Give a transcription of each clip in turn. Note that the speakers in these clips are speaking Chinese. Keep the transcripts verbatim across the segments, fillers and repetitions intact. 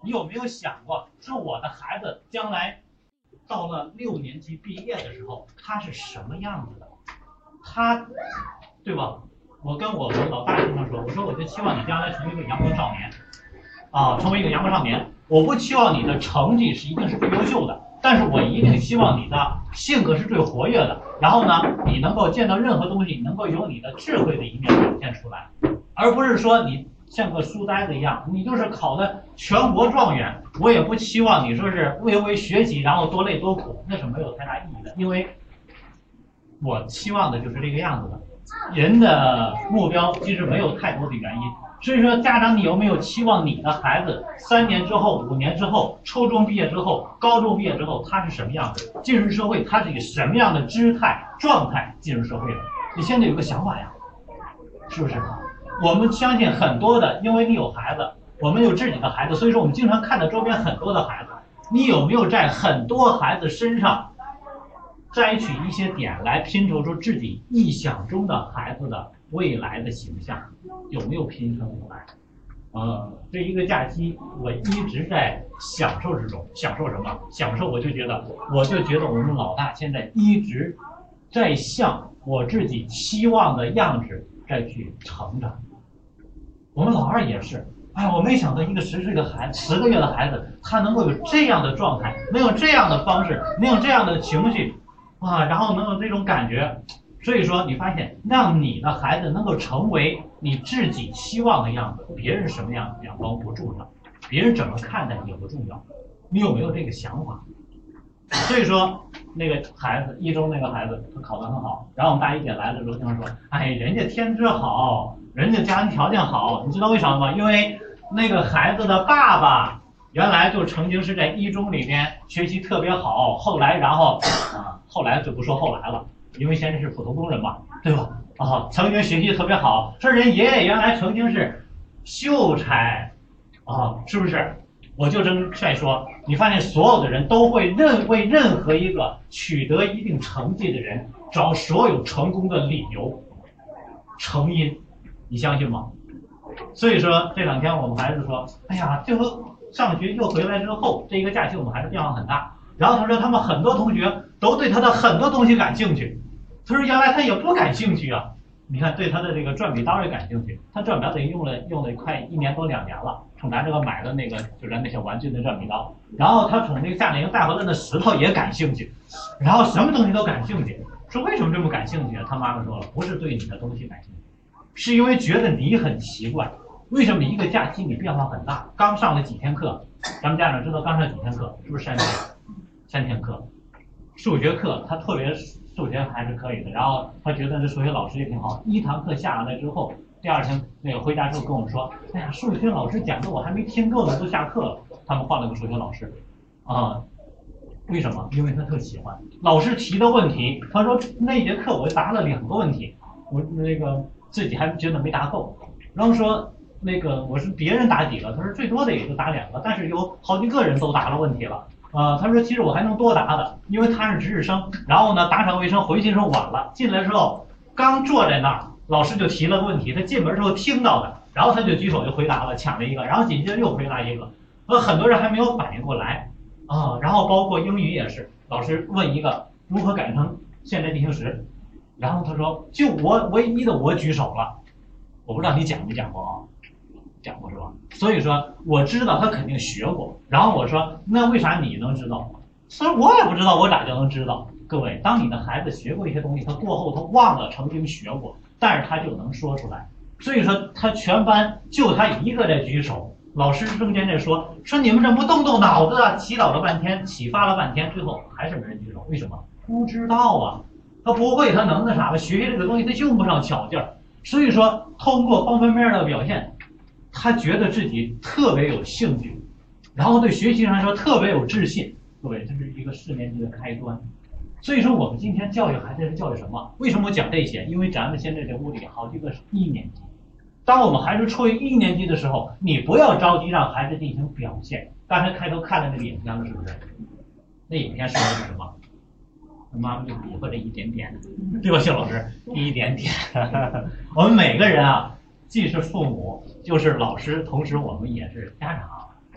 你有没有想过，说我的孩子将来到了六年级毕业的时候，他是什么样子的？他，对吧？我跟我们老大经常说，我说我就期望你将来成为一个阳光少年，啊，成为一个阳光少年。我不期望你的成绩是一定是最优秀的，但是我一定希望你的性格是最活跃的。然后呢，你能够见到任何东西，你能够有你的智慧的一面表现出来，而不是说你像个书呆子一样，你就是考的全国状元。我也不期望你说是微微学习，然后多累多苦，那是没有太大意义的。因为我期望的就是这个样子的。人的目标其实没有太多的原因。所以说，家长，你有没有期望你的孩子三年之后、五年之后、初中毕业之后、高中毕业之后，他是什么样子？进入社会，他是以什么样的姿态、状态进入社会的？你现在有个想法呀，是不是？我们相信很多的，因为你有孩子，我们有自己的孩子，所以说我们经常看到周边很多的孩子。你有没有在很多孩子身上摘取一些点来拼凑出自己臆想中的孩子的未来的形象？有没有拼成出来？呃，这一个假期我一直在享受之中。享受什么？享受我就觉得，我就觉得我们老大现在一直在向我自己期望的样子再去成长。我们老二也是，哎，我没想到一个十岁的孩子，十个月的孩子，他能够有这样的状态，能有这样的方式，能有这样的情绪，啊，然后能有这种感觉。所以说，你发现让你的孩子能够成为你自己期望的样子，别人什么样子阳光不重要，别人怎么看待也不重要，你有没有这个想法？所以说，那个孩子一中那个孩子他考得很好，然后我们大一姐来的时候经常说，哎，人家天资好，人家家庭条件好，你知道为啥吗？因为那个孩子的爸爸原来就曾经是在一中里面学习特别好，后来然后啊，后来就不说后来了。因为现在是普通工人嘛，对吧？啊，曾经学习特别好，说人爷爷原来曾经是秀才，啊，是不是？我就正在说，你发现所有的人都会认为任何一个取得一定成绩的人找所有成功的理由、成因，你相信吗？所以说这两天我们孩子说，哎呀，这回上学又回来之后，这一个假期我们孩子变化很大。然后他说他们很多同学都对他的很多东西感兴趣。他说原来他也不感兴趣啊，你看对他的这个转笔刀也感兴趣，他转笔刀等于用了用了快一年多两年了，从咱这个买的那个就是那些玩具的转笔刀，然后他从那个夏令营带回来的石头也感兴趣，然后什么东西都感兴趣。说为什么这么感兴趣啊？他妈妈说了，不是对你的东西感兴趣，是因为觉得你很奇怪，为什么一个假期你变化很大？刚上了几天课，咱们家长知道刚上几天课，是不是三天？三天课，数学课他特别数学还是可以的，然后他觉得这数学老师也挺好。一堂课下来之后，第二天那个回家之后跟我们说，哎呀，数学老师讲的我还没听够呢，都下课了。他们换了个数学老师，啊，为什么？因为他特喜欢老师提的问题。他说那节课我答了两个问题，我那个自己还觉得没答够，然后说那个我是别人答几个，他说最多的也就答两个，但是有好几个人都答了问题了。呃，他说其实我还能多答的，因为他是值日生。然后呢，打扫卫生回去的时候晚了，进来之后刚坐在那儿，老师就提了个问题，他进门之后听到的，然后他就举手就回答了，抢了一个，然后紧接着又回答一个。呃，很多人还没有反应过来啊、呃。然后包括英语也是，老师问一个如何改成现在进行时，然后他说就我唯一的我举手了，我不知道你讲没讲过啊？讲过是吧？所以说我知道他肯定学过，然后我说那为啥你能知道？所以我也不知道我咋就能知道。各位，当你的孩子学过一些东西，他过后他忘了曾经学过，但是他就能说出来。所以说他全班就他一个在举手，老师中间在说说你们怎么不动动脑子啊？祈祷了半天，启发了半天，最后还是没人举手。为什么？不知道啊，他不会，他能那啥吧？学习这个东西他用不上巧劲儿。所以说通过方方面面的表现，他觉得自己特别有兴趣，然后对学习上来说特别有自信。各位，这是一个四年级的开端。所以说我们今天教育孩子是教育什么？为什么我讲这些？因为咱们现在这屋里好几个是一年级，当我们孩子处于一年级的时候，你不要着急让孩子进行表现。刚才开头看的那个影片了，是不是？那影片说的是什么？妈妈就比划这一点点，对吧，谢老师？一点点。我们每个人啊，既是父母，就是老师，同时我们也是家长。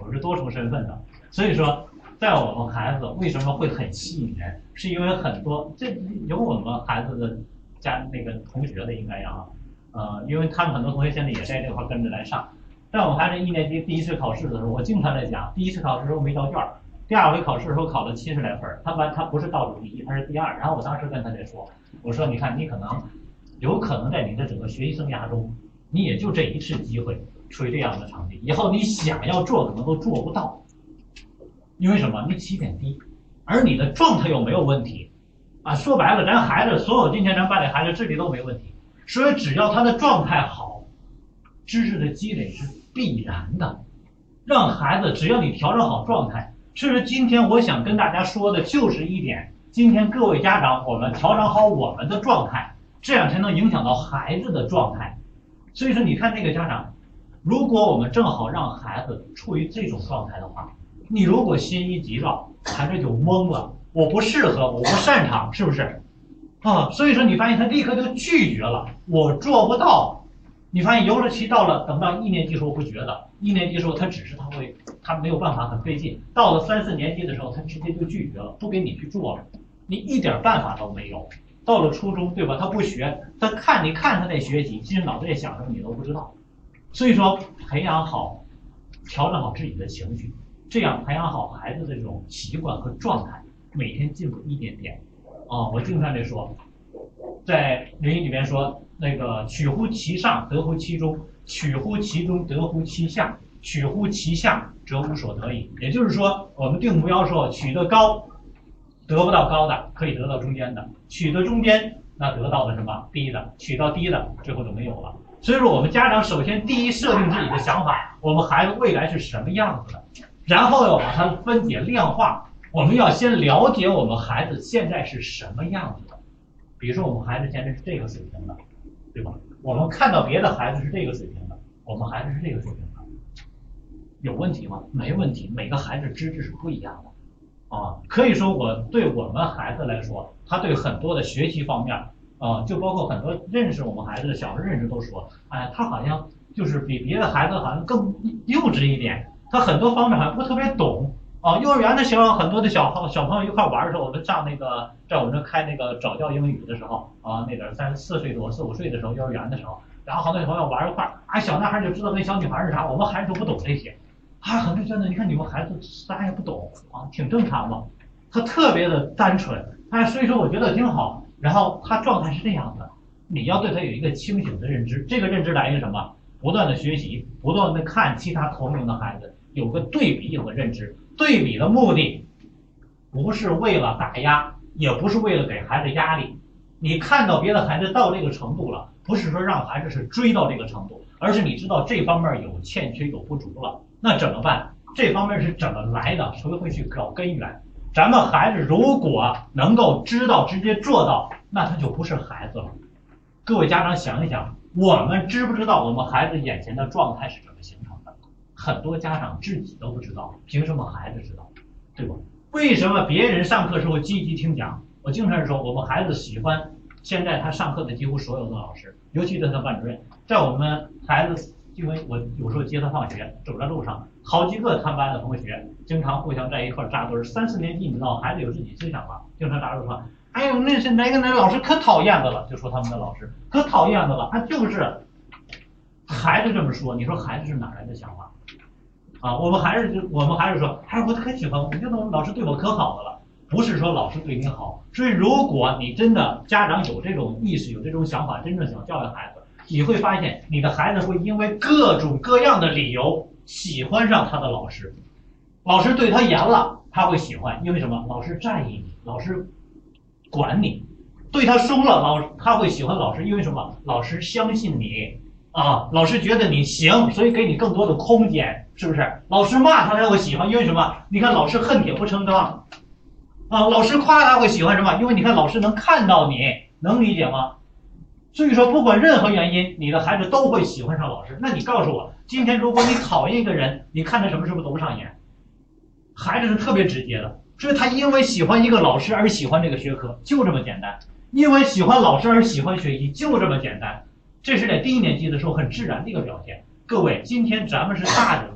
我们是多重身份的。所以说，在我们孩子为什么会很吸引人，是因为很多这有我们孩子的家那个同学的应该呀，呃，因为他们很多同学现在也在这块跟着来上。在我们孩子一年级第一次考试的时候，我经常在讲，第一次考试的时候没交卷，第二回考试的时候考了七十来分，他班他不是倒数第一，他是第二。然后我当时跟他在说，我说你看你可能有可能在你的整个学习生涯中，你也就这一次机会出这样的成绩，以后你想要做可能都做不到，因为什么？你起点低，而你的状态又没有问题，啊，说白了，咱孩子所有今天咱班里孩子智力都没问题，所以只要他的状态好，知识的积累是必然的。让孩子只要你调整好状态，其实今天我想跟大家说的就是一点，今天各位家长，我们调整好我们的状态，这样才能影响到孩子的状态。所以说，你看那个家长，如果我们正好让孩子处于这种状态的话，你如果心一急躁，孩子就懵了，我不适合，我不擅长，是不是？啊，所以说你发现他立刻就拒绝了，我做不到。你发现游乐期到了，等到一年级时候不觉得，一年级时候他只是他会，他没有办法，很费劲。到了三四年级的时候，他直接就拒绝了，不给你去做了，你一点办法都没有。到了初中，对吧？他不学，他看你看他在学习，其实脑子里想什么你都不知道。所以说，培养好，调整好自己的情绪，这样培养好孩子的这种习惯和状态，每天进步一点点。啊，我经常在说，在《论语》里面说，那个取乎其上，得乎其中；取乎其中，得乎其下；取乎其下，则无所得矣。也就是说，我们定目标说，取得高，得不到高的，可以得到中间的；取得中间，那得到的什么低的；取到低的，最后就没有了。所以说，我们家长首先第一设定自己的想法，我们孩子未来是什么样子的，然后要把它分解量化。我们要先了解我们孩子现在是什么样子的。比如说，我们孩子现在是这个水平的，对吧？我们看到别的孩子是这个水平的，我们孩子是这个水平的，有问题吗？没问题，每个孩子资质是不一样的，啊，可以说我对我们孩子来说，他对很多的学习方面，啊，就包括很多认识我们孩子的小时候认识都说，哎，他好像就是比别的孩子好像更幼稚一点，他很多方面好像不特别懂。啊，幼儿园的时候，很多的小小朋友一块玩的时候，我们上那个在我们这开那个早教英语的时候，啊，那点三四岁多、四五岁的时候，幼儿园的时候，然后好多小朋友玩一块，啊，小男孩就知道跟小女孩是啥，我们孩子都不懂这些，啊，很多真的，你看你们孩子啥也不懂啊，挺正常嘛，他特别的单纯，哎，所以说我觉得挺好。然后他状态是这样的，你要对他有一个清醒的认知，这个认知来源什么？不断的学习，不断的看其他同龄的孩子，有个对比，有个认知。对比的目的不是为了打压，也不是为了给孩子压力。你看到别的孩子到这个程度了，不是说让孩子是追到这个程度，而是你知道这方面有欠缺有不足了，那怎么办？这方面是怎么来的？谁会去找根源？咱们孩子如果能够知道直接做到，那他就不是孩子了。各位家长想一想，我们知不知道我们孩子眼前的状态是怎么形成的？很多家长自己都不知道，凭什么孩子知道，对吧？为什么别人上课时候积极听讲？我经常说，我们孩子喜欢，现在他上课的几乎所有的老师，尤其是他班主任，在我们孩子，因为我有时候接他放学，走在路上，好几个他班的同学，经常互相在一块扎堆。三四年级，你知道，孩子有自己思想了，经常扎堆说，哎呦，那是哪个哪个老师可讨厌的了，就说他们的老师可讨厌的了，他就是孩子这么说，你说孩子是哪来的想法？啊，我们还是就我们还是说，哎，我可喜欢，我觉得我们老师对我可好的了，不是说老师对你好。所以，如果你真的家长有这种意识，有这种想法，真正想教育孩子，你会发现你的孩子会因为各种各样的理由喜欢上他的老师。老师对他严了，他会喜欢，因为什么？老师在意你，老师管你。对他松了，老他会喜欢老师，因为什么？老师相信你。啊，老师觉得你行，所以给你更多的空间，是不是？老师骂他，他会喜欢，因为什么？你看老师恨铁不成钢，啊，老师夸他会喜欢什么？因为你看老师能看到你，能理解吗？所以说，不管任何原因，你的孩子都会喜欢上老师。那你告诉我，今天如果你讨厌一个人，你看他什么是不是都不上眼？孩子是特别直接的，所以他因为喜欢一个老师而喜欢这个学科，就这么简单；因为喜欢老师而喜欢学习，就这么简单。这是在低年级的时候很自然的一个表现。各位，今天咱们是大人了，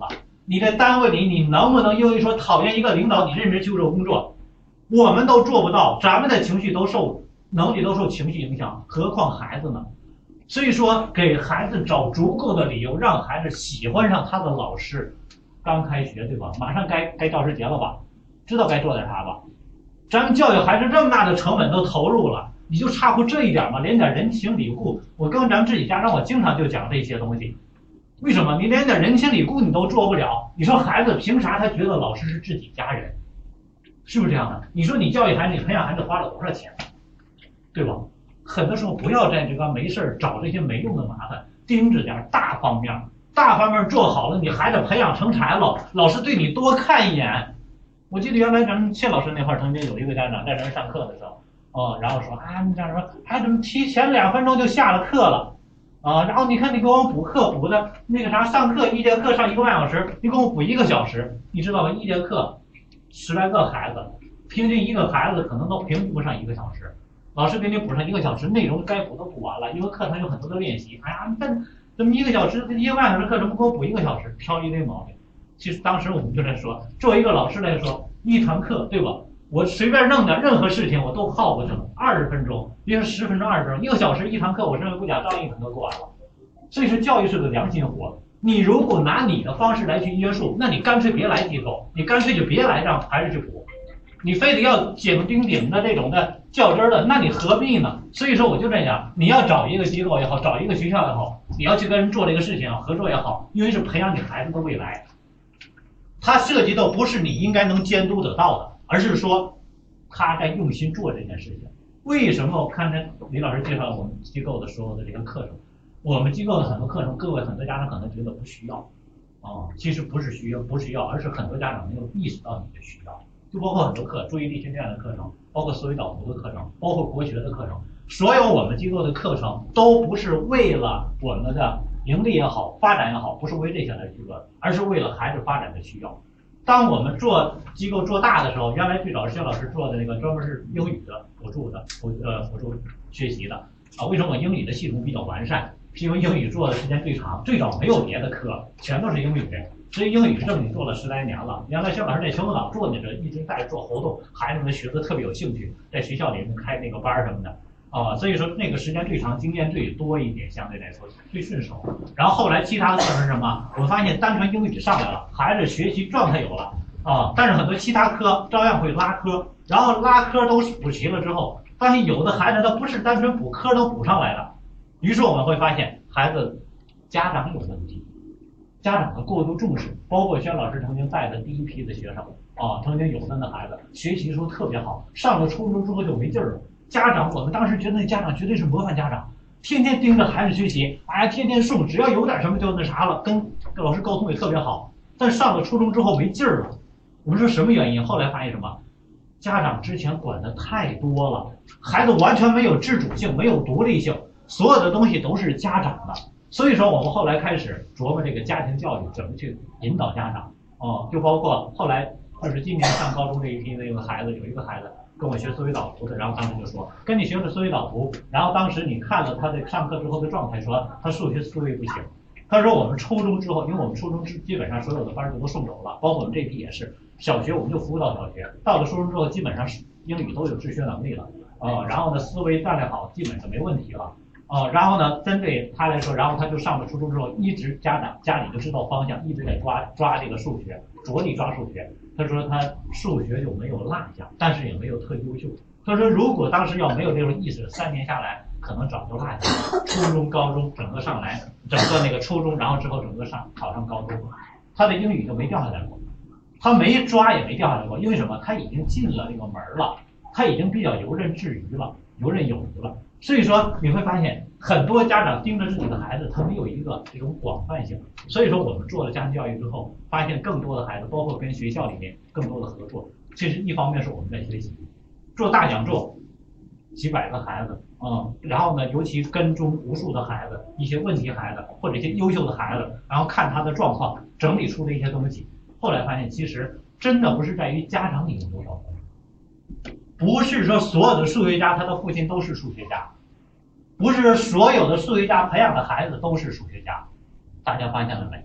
你在单位里，你能不能因为说讨厌一个领导，你认真去做工作？我们都做不到，咱们的情绪都受能力都受情绪影响，何况孩子呢？所以说，给孩子找足够的理由，让孩子喜欢上他的老师。刚开学对吧？马上该该教师节了吧？知道该做点啥吧？咱们教育孩子这么大的成本都投入了，你就差乎这一点吗？连点人情礼物，我跟咱们自己家长，我经常就讲这些东西。为什么你连点人情礼物你都做不了？你说孩子凭啥他觉得老师是自己家人？是不是这样的？你说你教育孩子，你培养孩子花了多少钱，对吧？很多时候不要在这个没事找这些没用的麻烦，盯着点大方面，大方面做好了，你孩子培养成才了，老师对你多看一眼。我记得原来咱们谢老师那块儿曾经有一个家长在咱上课的时候，哦，然后说啊，你家长说孩子们提前两分钟就下了课了。啊，然后你看你给我们补课补的那个啥，上课一节课上一个半小时，你给我补一个小时，你知道吧？一节课十来个孩子，平均一个孩子可能都平均不上一个小时，老师给你补上一个小时，内容该补都补完了，因为课堂有很多的练习。哎呀，这怎么一个小时一个半小时课程不给我补一个小时，挑一堆毛病。其实当时我们就在说，作为一个老师来说，一堂课对吧？我随便弄点任何事情我都耗不成二十分钟，别说十分钟、二十分钟，一个小时一堂课，我认为不讲照一堂课过完了。所以说教育是个良心活，你如果拿你的方式来去约束，那你干脆别来机构，你干脆就别来让孩子去补，你非得要紧盯顶的这种的较真的，那你何必呢？所以说我就这样，你要找一个机构也好，找一个学校也好，你要去跟人做这个事情合作也好，因为是培养你孩子的未来，它涉及到不是你应该能监督得到的，而是说他在用心做这件事情。为什么我看着李老师介绍我们机构的所有的这个课程，我们机构的很多课程，各位很多家长可能觉得不需要，啊、嗯，其实不是需要，不需要，而是很多家长没有意识到你的需要。就包括很多课，注意力训练的课程，包括思维导图的课程，包括国学的课程，所有我们机构的课程都不是为了我们的盈利也好，发展也好，不是为这些来去做的，而是为了孩子发展的需要。当我们做机构做大的时候，原来最早薛老师做的那个专门是英语的辅助的辅呃辅助学习的啊，为什么我英语的系统比较完善？是因为英语做的时间最长，最早没有别的科，全都是英语，所以英语正经做了十来年了。原来薛老师在青岛做那个一直在做活动，孩子们学的特别有兴趣，在学校里面开那个班什么的啊，所以说那个时间最长，经验最多一点，相对来说最顺手。然后后来其他的课程是什么？我发现单纯英语上来了，孩子学习状态有了啊，但是很多其他科照样会拉科，然后拉科都补齐了之后，发现有的孩子他不是单纯补科都补上来的。于是我们会发现孩子家长有问题，家长的过度重视，包括薛老师曾经带的第一批的学生啊，曾经有的那孩子学习时候特别好，上了初中之后就没劲儿了。家长我们当时觉得那家长绝对是模范家长，天天盯着孩子学习，哎，天天送，只要有点什么就那啥了，跟跟老师沟通也特别好。但上了初中之后没劲儿了，我们说什么原因？后来发现什么？家长之前管的太多了，孩子完全没有自主性，没有独立性。所有的东西都是家长的，所以说我们后来开始琢磨这个家庭教育怎么去引导家长哦，就包括后来就是今年上高中这一批那个孩子，有一个孩子跟我学思维导图的，然后当时就说跟你学的思维导图，然后当时你看了他的上课之后的状态，说他数学思维不行。他说我们初中之后，因为我们初中基本上所有的班都送走了，包括我们这批也是，小学我们就服务到小学，到了初中之后基本上英语都有自学能力了啊、呃，然后呢思维锻炼好，基本上没问题了。哦，然后呢，针对他来说，然后他就上了初中之后，一直家长家里就知道方向，一直在抓抓这个数学，着力抓数学。他说他数学就没有落下，但是也没有特优秀。他说如果当时要没有这种意识，三年下来可能早就落下了。初中、高中整个上来，整个那个初中，然后之后整个上考上高中，他的英语就没掉下来过，他没抓也没掉下来过，因为什么？他已经进了这个门了，他已经比较游刃自娱了，游刃有余了。所以说你会发现很多家长盯着自己的孩子，他没有一个这种广泛性。所以说我们做了家庭教育之后，发现更多的孩子，包括跟学校里面更多的合作。其实一方面是我们在学习，做大讲座，几百个孩子，嗯，然后呢，尤其跟踪无数的孩子，一些问题孩子或者一些优秀的孩子，然后看他的状况，整理出的一些东西。后来发现，其实真的不是在于家长里有多少功夫，不是说所有的数学家他的父亲都是数学家。不是所有的数学家培养的孩子都是数学家，大家发现了没？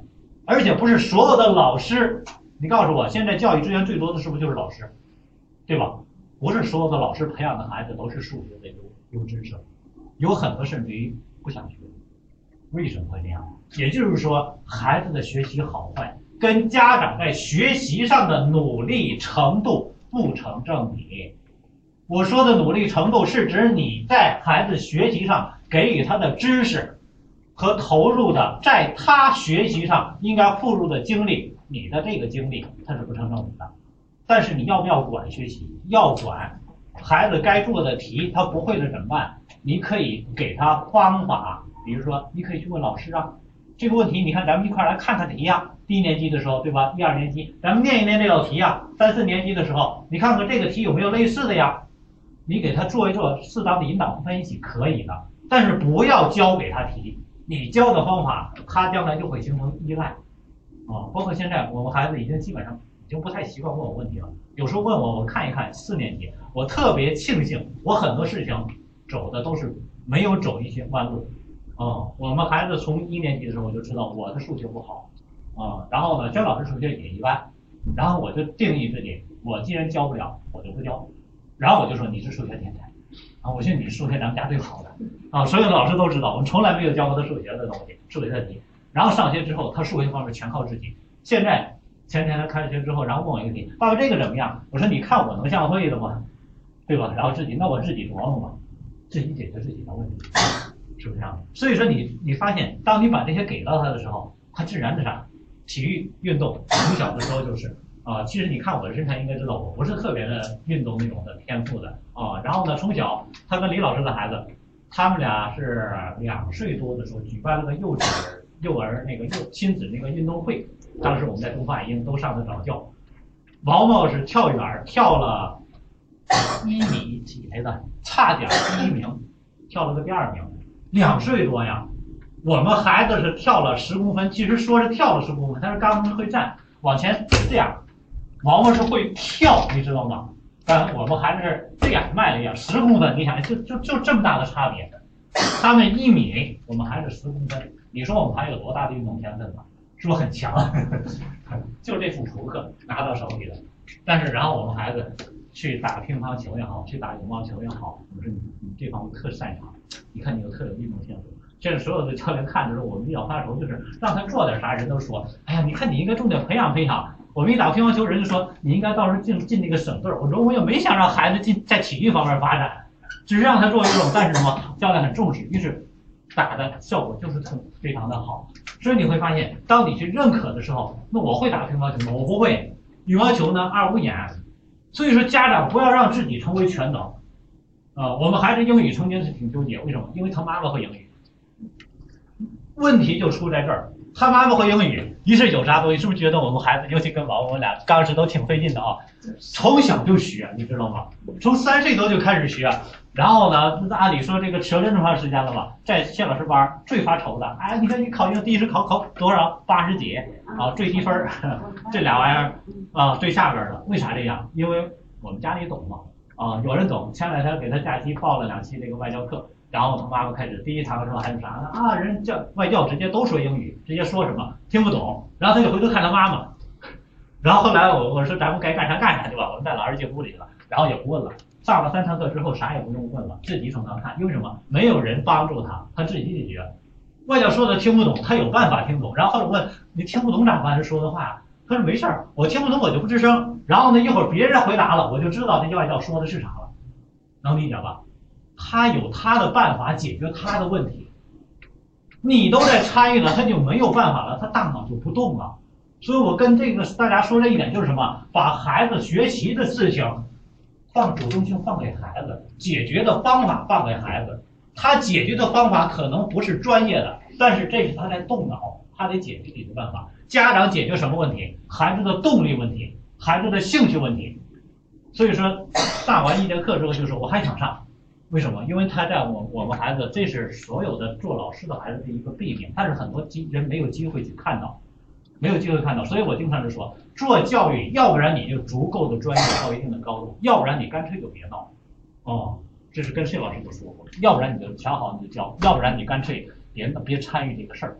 而且不是所有的老师。你告诉我，现在教育资源最多的是不是就是老师，对吧？不是所有的老师培养的孩子都是数学的优优知识，有很多甚至于不想学。为什么会这样？也就是说，孩子的学习好坏跟家长在学习上的努力程度不成正比。我说的努力程度是指你在孩子学习上给予他的知识和投入的，在他学习上应该付出的精力，你的这个精力它是不成正比的。但是你要不要管学习？要管。孩子该做的题他不会的怎么办？你可以给他方法，比如说你可以去问老师啊，这个问题你看咱们一块来看看题呀。低年级的时候对吧？一二年级咱们念一念这道题呀。三四年级的时候你看看这个题有没有类似的呀？你给他做一做适当的引导和分析可以的，但是不要教给他题，你教的方法他将来就会形成依赖啊。包括现在我们孩子已经基本上已经不太习惯问我问题了，有时候问我我看一看四年级，我特别庆幸我很多事情走的都是没有走一些弯路啊。我们孩子从一年级的时候我就知道我的数学不好啊，然后呢姜老师数学也一般，然后我就定义自己，我既然教不了我就不教，然后我就说你是数学天才啊，我信你数学咱们家最好的啊，所有的老师都知道我们从来没有教过他数学的东西，数学的题。然后上学之后他数学方面全靠自己。现在前天他开学之后，然后问我一个题，爸爸这个怎么样？我说你看我能像会的吗？对吧？然后自己那我自己琢磨嘛，自己解决自己的问题，是不是这样？所以说你你发现，当你把这些给到他的时候，他自然的啥，体育运动从小的时候就是啊、呃，其实你看我的身材应该知道，我不是特别的运动那种的天赋的啊、呃。然后呢，从小他跟李老师的孩子，他们俩是两岁多的时候举办了个幼稚幼儿那个幼亲子那个运动会，当时我们在东方英都上的早教。毛毛是跳远跳了一米几来的，差点第一名，跳了个第二名，两岁多呀。我们孩子是跳了十公分，其实说是跳了十公分，但是刚刚会站，往前这样。毛毛是会跳，你知道吗？但我们孩子是这样迈了一样，十公分，你想就就就这么大的差别。他们一米，我们孩子十公分，你说我们还有多大的运动天分吧？是不是很强？就这副扑克拿到手里了。但是然后我们孩子去打乒乓球也好，去打羽毛球也好，我说你你这方面特擅长，你看你有特有运动天赋。现在所有的教练看的时候，我们比较发愁，就是让他做点啥，人都说，哎呀，你看你应该重点培养培养。我们一打乒乓球，人就说你应该到时候进进那个省队。我说我也没想让孩子进在体育方面发展，只是让他做运动。但是什么，教练很重视，于是打的效果就是特非常的好。所以你会发现，当你去认可的时候，那我会打乒乓球吗？我不会。羽毛球呢，二五眼。所以说家长不要让自己成为全能。呃，我们孩子英语曾经是挺纠结，为什么？因为他妈妈会英语。问题就出在这儿，他妈妈会英语，于是有啥东西，是不是觉得我们孩子，尤其跟王我们俩刚开始都挺费劲的啊？从小就学，你知道吗？从三岁多就开始学，然后呢，按理说这个学了这么长时间了吧，在谢老师班最发愁的，哎，你看你考英第一次考考多少？八十几啊，最低分这俩玩意儿啊，最下边的，为啥这样？因为我们家里懂嘛，啊，有人懂。前两天给他假期报了两期这个外教课。然后他妈妈开始第一堂的时候还是啥呢？啊，人教外教直接都说英语，直接说什么听不懂。然后他就回头看他妈妈，然后后来我我说咱们该干啥干啥去吧，我们带老师进屋里了，然后也不问了。上了三堂课之后啥也不用问了，自己从头看，因为什么？没有人帮助他，他自己解决。外教说的听不懂，他有办法听懂。然后后来我问你听不懂咋办？说的话，他说没事儿，我听不懂我就不吱声。然后呢，一会儿别人回答了，我就知道这外教说的是啥了，能理解吧？他有他的办法解决他的问题，你都在参与了，他就没有办法了，他大脑就不动了。所以我跟这个大家说这一点就是什么？把孩子学习的事情放主动性放给孩子，解决的方法放给孩子。他解决的方法可能不是专业的，但是这是他在动脑，他得解决自己的办法。家长解决什么问题？孩子的动力问题，孩子的兴趣问题。所以说上完一节课之后就说我还想上。为什么？因为他在我我们孩子，这是所有的做老师的孩子的一个弊病，但是很多机人没有机会去看到，没有机会看到，所以我经常就说，做教育，要不然你就足够的专业到一定的高度，要不然你干脆就别闹。哦，这是跟谢老师都说过，要不然你就调好你就教，要不然你干脆别别参与这个事儿。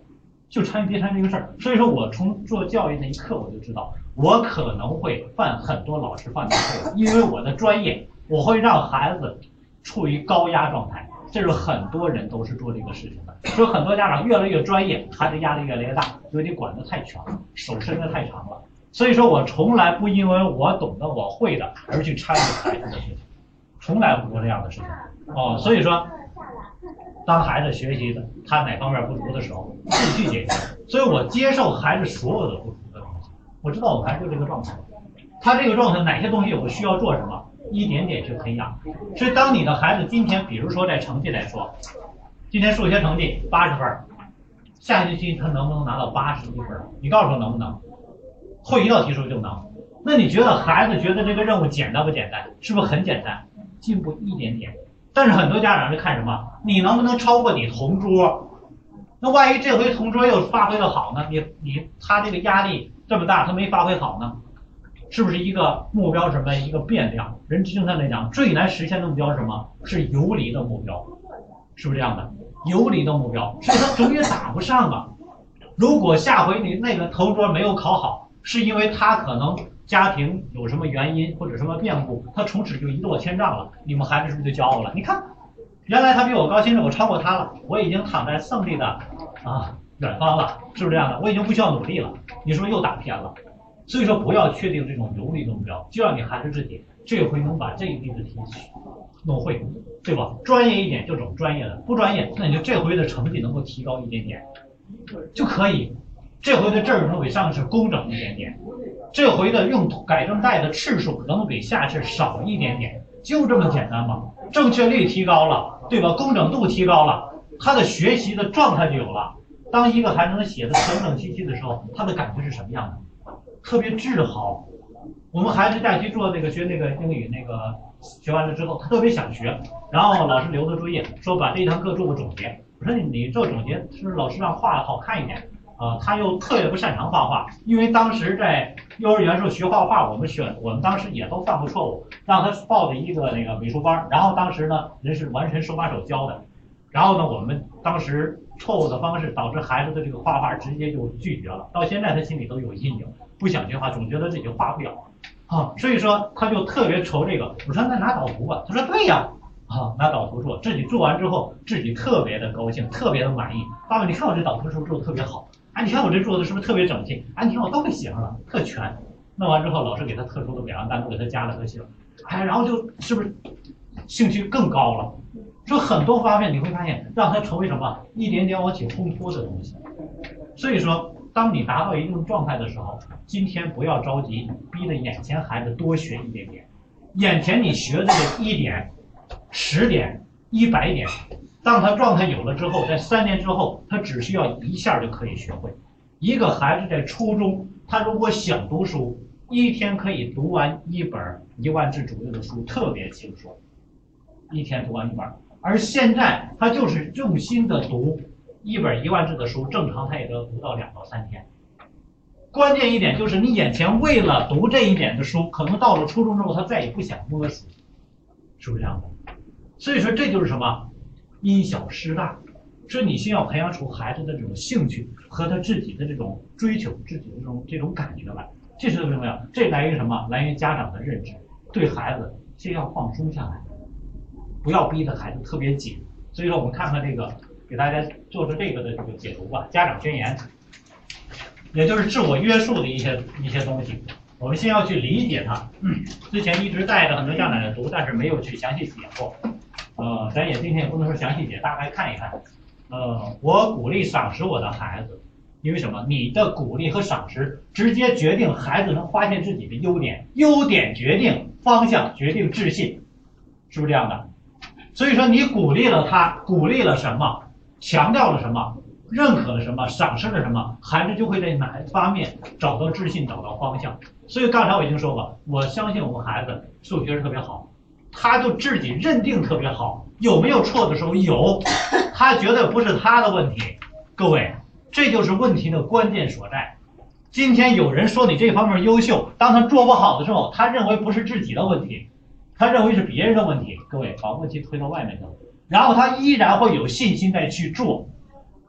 就参与别参与这个事儿。所以说我从做教育那一刻我就知道，我可能会犯很多老师犯的错误，因为我的专业，我会让孩子处于高压状态。这是很多人都是做这个事情的。所以很多家长越来越专业，孩子压力越来越大，因为你管得太全了，手伸得太长了。所以说我从来不因为我懂得我会的而去参与孩子的事情，从来不做这样的事情。哦，所以说，当孩子学习的他哪方面不足的时候，自己去解决。所以我接受孩子所有的不足的东西，我知道我孩子就这个状态，他这个状态哪些东西我需要做什么，一点点去培养。所以当你的孩子今天，比如说在成绩来说，今天数学成绩八十分，下学期他能不能拿到八十一分？你告诉我能不能？会一道题数就能。那你觉得孩子觉得这个任务简单不简单？是不是很简单？进步一点点。但是很多家长是看什么？你能不能超过你同桌？那万一这回同桌又发挥的好呢？你你他这个压力这么大，他没发挥好呢？是不是一个目标什么一个变量？人经常来讲，最难实现的目标是什么？是游离的目标，是不是这样的？游离的目标，所以他总也打不上啊。如果下回你那个同桌没有考好，是因为他可能家庭有什么原因或者什么变故，他从此就一落千丈了，你们孩子是不是就骄傲了？你看，原来他比我高兴着，我超过他了，我已经躺在胜利的啊远方了，是不是这样的？我已经不需要努力了，你是不是又打偏了？所以说不要确定这种游离的目标，就让你孩子自己这回能把这一例的题弄会，对吧？专业一点就走专业的，不专业那你就这回的成绩能够提高一点点就可以。这回的字儿能比上次工整一点点，这回的用改正带的次数能比下次少一点点，就这么简单嘛。正确率提高了，对吧？工整度提高了，他的学习的状态就有了。当一个孩子能写的整整齐齐的时候，他的感觉是什么样的？特别自豪。我们孩子假期做那个学那个英语那个学完了之后，他特别想学，然后老师留的作业说把这一堂课做个总结。我说你你做总结是老师让画的好看一点。呃，他又特别不擅长画画，因为当时在幼儿园时候学画画，我们选我们当时也都犯过错误，让他报的一个那个美术班，然后当时呢人是完全手把手教的，然后呢我们当时错误的方式导致孩子的这个画画直接就拒绝了，到现在他心里都有阴影，不想学画，总觉得自己画不了啊，所以说他就特别愁这个。我说那拿导图吧，他说对呀。啊，拿导图做，自己做完之后，自己特别的高兴，特别的满意。爸爸，你看我这导图是不是做的特别好？哎，你看我这做的是不是特别整齐？哎，你看我都给写上了，特全。弄完之后，老师给他特殊的表扬单独给他加了个星，哎，然后就是不是兴趣更高了？说很多方面你会发现，让他成为什么一点点往起烘托的东西。所以说，当你达到一定状态的时候，今天不要着急，逼着眼前孩子多学一点点。眼前你学这个一点。十点、一百点，当他状态有了之后，在三年之后，他只需要一下就可以学会。一个孩子在初中，他如果想读书，一天可以读完一本一万字左右的书，特别轻松。一天读完一本，而现在他就是用心的读一本一万字的书，正常他也得读到两到三天。关键一点就是你眼前为了读这一点的书，可能到了初中之后，他再也不想摸书，是不是这样的？所以说这就是什么因小失大，所以你先要培养出孩子的这种兴趣和他自己的这种追求，自己的这种这种感觉来，这是最重要。这来源于什么？来源于家长的认知，对孩子先要放松下来，不要逼得孩子特别紧。所以说我们看看这个，给大家做出这个的这个解读吧。家长宣言，也就是自我约束的一些一些东西。我们先要去理解它，嗯，之前一直带着很多家长在读，但是没有去详细解过。呃，咱也今天也不能说详细解，大概看一看。呃，我鼓励赏识我的孩子，因为什么？你的鼓励和赏识直接决定孩子能发现自己的优点，优点决定方向，决定自信，是不是这样的？所以说你鼓励了他，鼓励了什么？强调了什么？认可了什么？赏识了什么？孩子就会在哪一方面找到自信，找到方向。所以刚才我已经说过，我相信我们孩子数学是特别好，他就自己认定特别好，有没有错的时候？有，他觉得不是他的问题。各位，这就是问题的关键所在。今天有人说你这方面优秀，当他做不好的时候，他认为不是自己的问题，他认为是别人的问题。各位，把问题推到外面去了，然后他依然会有信心再去做。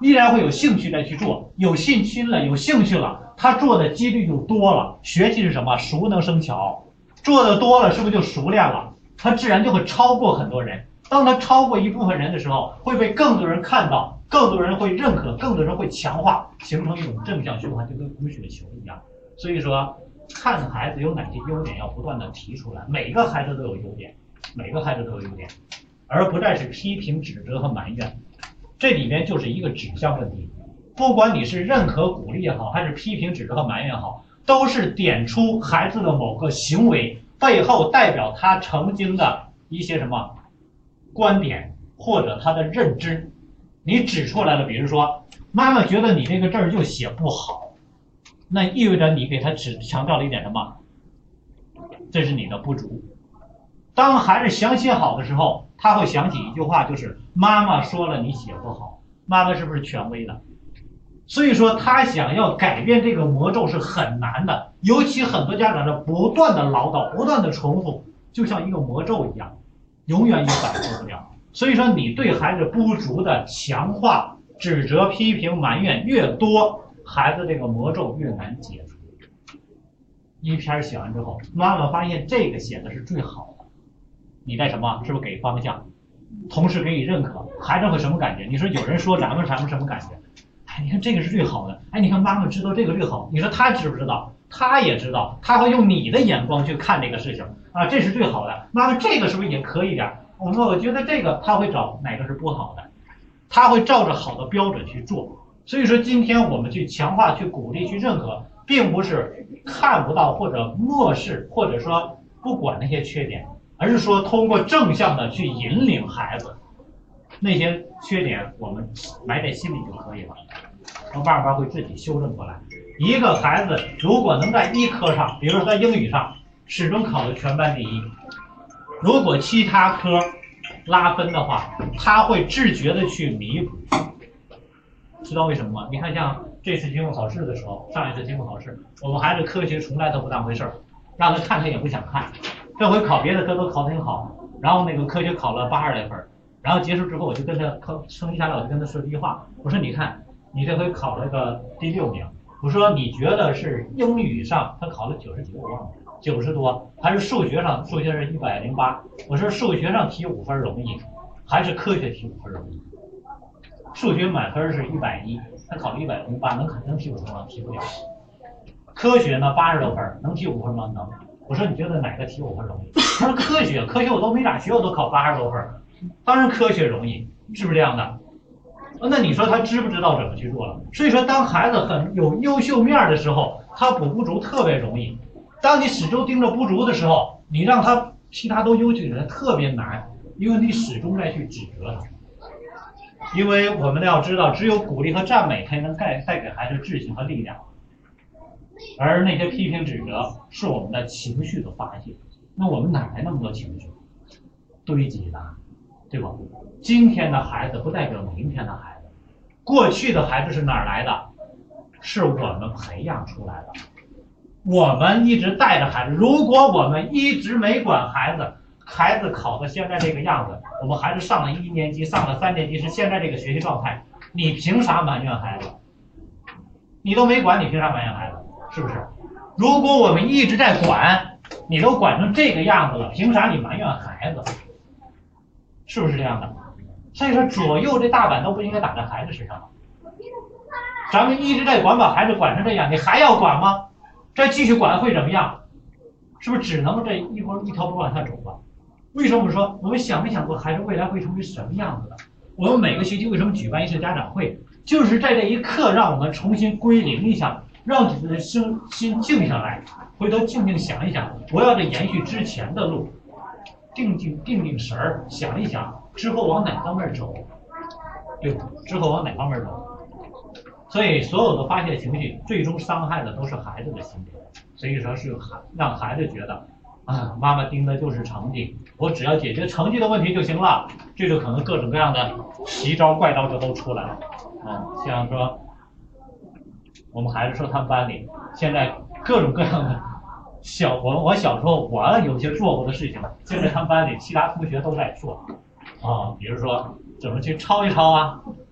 依然会有兴趣再去做，有信心了，有兴趣了，他做的几率就多了。学习是什么？熟能生巧，做的多了，是不是就熟练了？他自然就会超过很多人。当他超过一部分人的时候，会被更多人看到，更多人会认可，更多人会强化，形成一种正向循环，就跟滚雪球一样。所以说，看孩子有哪些优点，要不断的提出来。每个孩子都有优点，每个孩子都有优点，而不再是批评、指责和埋怨。这里面就是一个指向问题。不管你是认可、鼓励也好，还是批评、指责和埋怨也好，都是点出孩子的某个行为背后代表他曾经的一些什么观点或者他的认知。你指出来了，比如说妈妈觉得你这个字儿就写不好，那意味着你给他只强调了一点什么？这是你的不足。当孩子想写好的时候，他会想起一句话，就是妈妈说了你写不好。妈妈是不是权威的？所以说他想要改变这个魔咒是很难的，尤其很多家长是不断的唠叨，不断的重复，就像一个魔咒一样，永远也摆脱不了。所以说你对孩子不足的强化、指责、批评、埋怨越多，孩子这个魔咒越难解除。一篇写完之后，妈妈发现这个写的是最好的，你在什么？是不是给方向？同时给予认可，孩子会什么感觉？你说有人说咱们咱们什么感觉？哎，你看这个是最好的。哎，你看妈妈知道这个最好，你说他知不知道？他也知道，他会用你的眼光去看这个事情啊，这是最好的。妈妈这个是不是也可以点？我说我觉得这个他会找哪个是不好的，他会照着好的标准去做。所以说今天我们去强化、去鼓励、去认可，并不是看不到或者漠视或者说不管那些缺点，而是说通过正向的去引领孩子，那些缺点我们埋在心里就可以了，然后慢慢会自己修正过来。一个孩子如果能在一科上，比如说在英语上始终考的全班第一，如果其他科拉分的话，他会自觉的去弥补。知道为什么吗？你看像这次期末考试的时候，上一次期末考试，我们孩子科学从来都不当回事儿，让他看他也不想看。这回考别的科都考得挺好，然后那个科学考了八十来分，然后结束之后我就跟他考成绩下来，我就跟他说一句话，我说你看你这回考了个第六名，我说你觉得是英语上他考了九十几我忘了九十多，还是数学上数学是一百零八，我说数学上提五分容易，还是科学提五分容易？数学满分是一百一，他考了一百零八，能能提五分吗？提不了。科学呢八十多分，能提五分吗？能。我说你觉得哪个提五分容易？他说科学，科学我都没咋学，我都考八十多分，当然科学容易，是不是这样的？那你说他知不知道怎么去做了？所以说，当孩子很有优秀面的时候，他补不足特别容易。当你始终盯着不足的时候，你让他其他都优秀的人特别难，因为你始终在去指责他。因为我们要知道，只有鼓励和赞美才能带带给孩子自信和力量，而那些批评指责是我们的情绪的发泄。那我们哪来那么多情绪？堆积的，对吧？今天的孩子不代表明天的孩子，过去的孩子是哪儿来的？是我们培养出来的。我们一直带着孩子，如果我们一直没管孩子，孩子考到现在这个样子，我们孩子上了一年级，上了三年级，是现在这个学习状态，你凭啥埋怨孩子？你都没管，你凭啥埋怨孩子？是不是？如果我们一直在管，你都管成这个样子了，凭啥你埋怨孩子？是不是这样的？所以说左右这大板都不应该打在孩子身上。咱们一直在管，把孩子管成这样，你还要管吗？再继续管会怎么样？是不是只能这一波一条不往下走吧？为什么我说我们想没想过孩子未来会成为什么样子的？我们每个学期为什么举办一次家长会？就是在这一刻让我们重新归零一下，让自己的心心静下来，回头静静想一想，不要再延续之前的路，定定定定神儿，想一想之后往哪方面走，对吧？之后往哪方面走？所以所有的发泄情绪，最终伤害的都是孩子的心灵。所以说是让孩子觉得，啊，妈妈盯的就是成绩，我只要解决成绩的问题就行了，这就可能各种各样的奇招怪招就都出来了。啊，像说我们孩子说他们班里现在各种各样的小，我我小时候我有些做过的事情，现在他们班里其他同学都在做。啊，比如说怎么去抄一抄啊，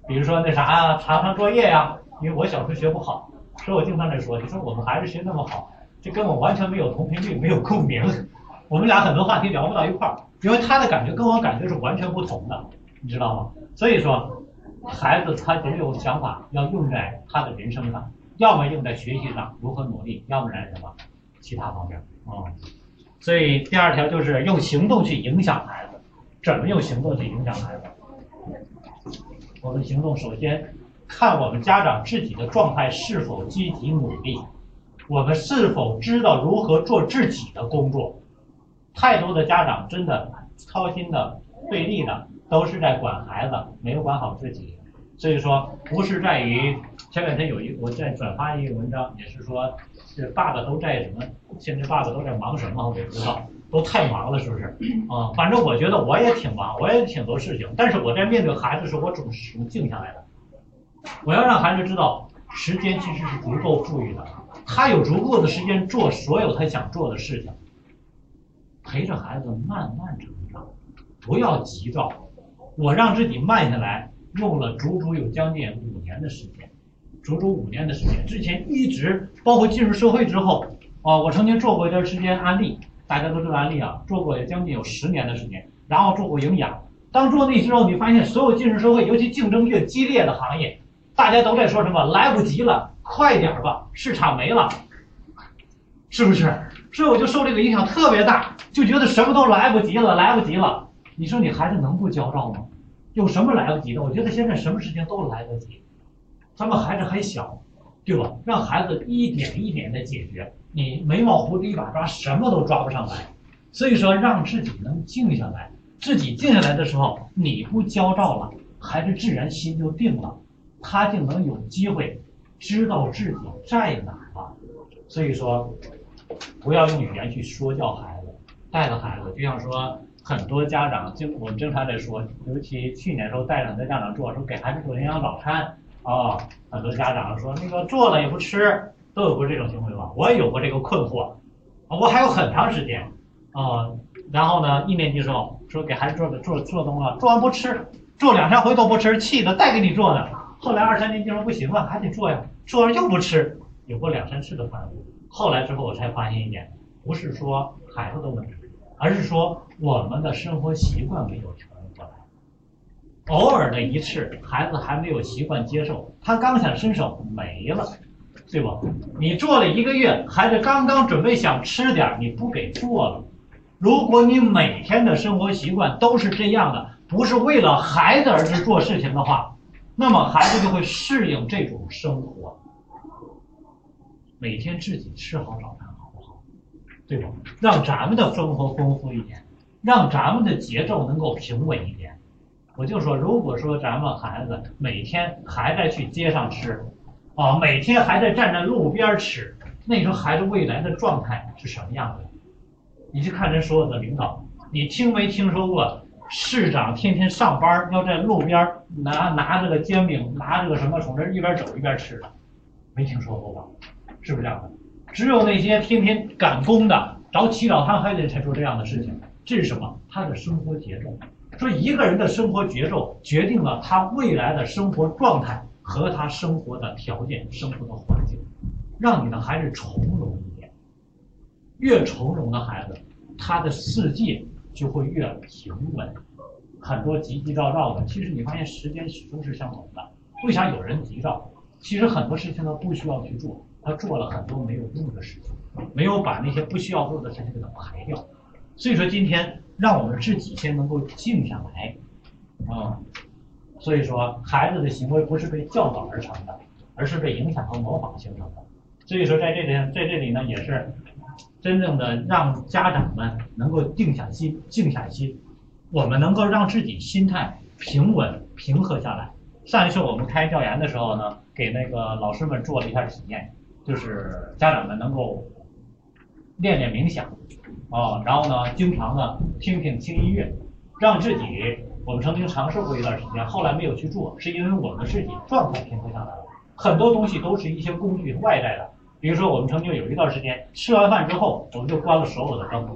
比如说那啥啊，查查作业呀、啊，因为我小时候学不好，所以我经常在说，你说我们孩子学那么好，这跟我完全没有同频率，没有共鸣，我们俩很多话题聊不到一块儿，因为他的感觉跟我感觉是完全不同的，你知道吗？所以说，孩子他总有想法要用在他的人生上，要么用在学习上如何努力，要不然什么其他方面啊、嗯。所以第二条就是用行动去影响孩子，怎么用行动去影响孩子？我们行动首先看我们家长自己的状态是否积极努力，我们是否知道如何做自己的工作。太多的家长真的操心的费力的都是在管孩子，没有管好自己。所以说不是在于前两天有一我在转发一个文章，也是说这爸爸都在什么，现在爸爸都在忙什么我也不知道，都太忙了是不是啊、嗯？反正我觉得我也挺忙，我也挺多事情，但是我在面对孩子的时候我总是静下来的。我要让孩子知道时间其实是足够富裕的，他有足够的时间做所有他想做的事情，陪着孩子慢慢成长，不要急躁。我让自己慢下来用了足足有将近五年的时间，足足五年的时间。之前一直包括进入社会之后啊、呃，我曾经做过一段时间安利，大家都知道安利啊，做过将近有十年的时间，然后做过营养。当做那之后，你发现所有进入社会，尤其竞争越激烈的行业，大家都在说什么来不及了，快点吧，市场没了，是不是？所以我就受这个影响特别大，就觉得什么都来不及了，来不及了。你说你孩子能不焦躁吗？有什么来不及的？我觉得现在什么事情都来得及，咱们孩子还小，对吧？让孩子一点一点的解决，你眉毛胡子一把抓，什么都抓不上来。所以说，让自己能静下来，自己静下来的时候，你不焦躁了，孩子自然心就定了，他就能有机会知道自己在哪儿了。所以说，不要用语言去说教孩子，带着孩子，就像说。很多家长经我们经常在说，尤其去年的时候带着很多家长做，说给孩子做营养早餐啊、哦，很多家长说那个做了也不吃，都有过这种行为吧？我也有过这个困惑，我还有很长时间啊、呃。然后呢，一年级时候说给孩子做的做做东了，做完不吃，做两三回都不吃，气的再给你做的。后来二三年级说不行了，还得做呀，做完又不吃，有过两三次的反复。后来之后我才发现一点，不是说孩子的问题。而是说我们的生活习惯没有调整过来，偶尔的一次，孩子还没有习惯接受，他刚想伸手没了，对吧？你做了一个月，孩子刚刚准备想吃点，你不给做了。如果你每天的生活习惯都是这样的，不是为了孩子而去做事情的话，那么孩子就会适应这种生活，每天自己吃好早餐。对吧？让咱们的生活丰富一点，让咱们的节奏能够平稳一点。我就说，如果说咱们孩子每天还在去街上吃，啊，每天还在站在路边吃，那时候孩子未来的状态是什么样的？你去看人所有的领导，你听没听说过市长天天上班要在路边拿拿这个煎饼，拿这个什么从这一边走一边吃的？没听说过吧？是不是这样的？只有那些天天赶工的，早起早贪黑的人才做这样的事情。这是什么？他的生活节奏。所以一个人的生活节奏决定了他未来的生活状态和他生活的条件、生活的环境。让你的孩子从容一点，越从容的孩子，他的世界就会越平稳。很多急急躁躁的，其实你发现时间始终是相同的。为啥有人急躁？其实很多事情他不需要去做。他做了很多没有用的事情，没有把那些不需要做的事情给它排掉。所以说今天让我们自己先能够静下来啊、嗯。所以说孩子的行为不是被教导而成的，而是被影响和模仿形成的。所以说在这里在这里呢，也是真正的让家长们能够定下心、静下心，我们能够让自己心态平稳、平和下来。上一次我们开教研的时候呢，给那个老师们做了一下体验。就是家长们能够练练冥想啊，然后呢，经常呢听听轻音乐，让自己。我们曾经尝试过一段时间，后来没有去做，是因为我们自己状态平和下来了。很多东西都是一些工具外在的，比如说我们曾经有一段时间吃完饭之后，我们就关了所有的灯，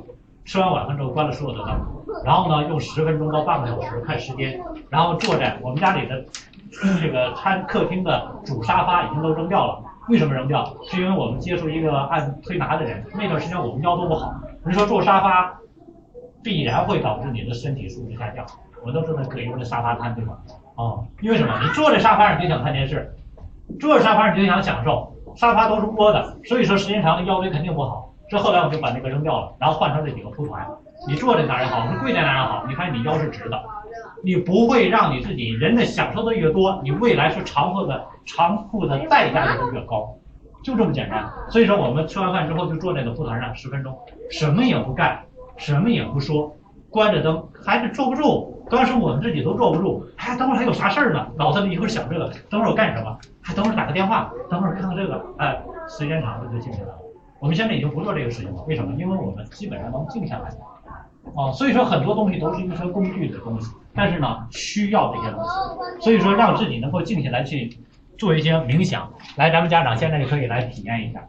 吃完晚饭之后关了所有的灯，然后呢用十分钟到半个小时看时间，然后坐在我们家里的这个餐客厅的主沙发已经都扔掉了。为什么扔掉？是因为我们接触一个按推拿的人，那段时间我们腰都不好，人说坐沙发必然会导致你的身体素质下降。我都知道葛优的沙发瘫，对吧？哦，因为什么？你坐在沙发上就想看电视，坐在沙发上就想享受，沙发都是窝的，所以说时间长了腰椎肯定不好。这后来我就把那个扔掉了，然后换成这几个蒲团。你坐在哪儿也好，是跪在哪儿也好，你看你腰是直的，你不会让你自己人的享受的越多，你未来是偿付的偿付的代价就会越高，就这么简单。所以说我们吃完饭之后就坐在那个蒲团上十分钟，什么也不干，什么也不说，关着灯，孩子坐不住。当时我们自己都坐不住，哎，等会儿还有啥事儿呢？脑子里一会儿想这个，等会儿我干什么？还等会儿打个电话，等会儿看看这个，哎，时间长了就静下来了。我们现在已经不做这个事情了，为什么？因为我们基本上能静下来。哦，所以说很多东西都是一些工具的东西，但是呢，需要这些东西。所以说让自己能够静下来去做一些冥想。来，咱们家长现在就可以来体验一下。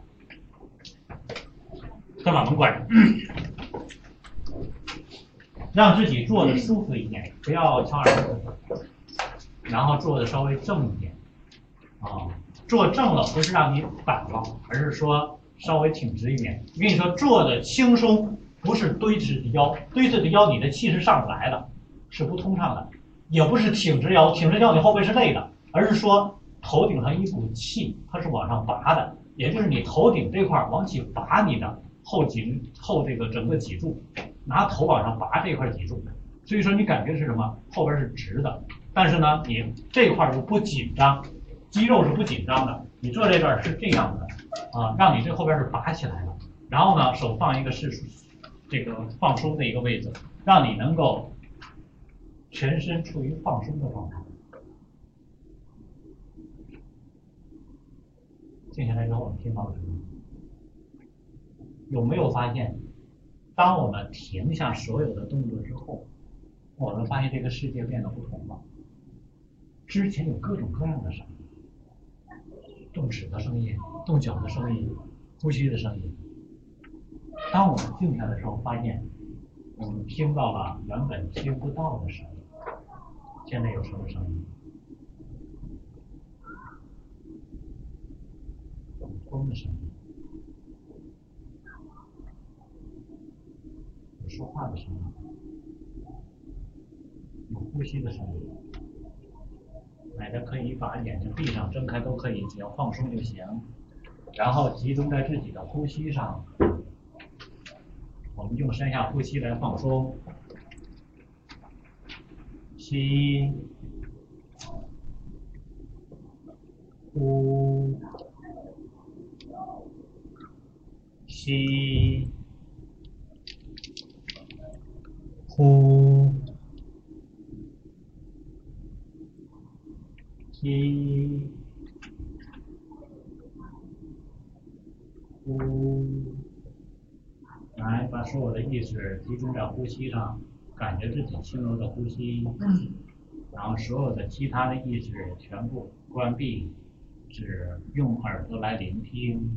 先把门关上。让自己坐的舒服一点，不要翘二郎腿，然后坐的稍微正一点，啊，坐正了不是让你反了，而是说稍微挺直一点。我跟你说，坐的轻松不是堆直的腰，堆直的腰你的气是上不来的，是不通畅的，也不是挺直腰，挺直腰你后背是累的，而是说头顶上一股气它是往上拔的，也就是你头顶这块往起拔你的后颈后这个整个脊柱。拿头往上拔这块脊柱，所以说你感觉是什么？后边是直的，但是呢，你这块又不紧张，肌肉是不紧张的。你坐这段是这样的啊，让你这后边是拔起来了。然后呢，手放一个是这个放松的一个位置，让你能够全身处于放松的状态。静下来之后，我们听到了什么？有没有发现？当我们停下所有的动作之后，我们发现这个世界变得不同了。之前有各种各样的声音，动齿的声音，动脚的声音，呼吸的声音。当我们静下来的时候，发现我们听到了原本听不到的声音。现在有什么声音？有风的声音。有说话的声音，有呼吸的声音。大家可以把眼睛闭上、睁开都可以，只要放松就行。然后集中在自己的呼吸上，我们用上下呼吸来放松。吸，呼，吸。呼，吸，呼，来把所有的意识集中在呼吸上，感觉自己轻柔的呼吸，然后所有的其他的意识全部关闭，只用耳朵来聆听。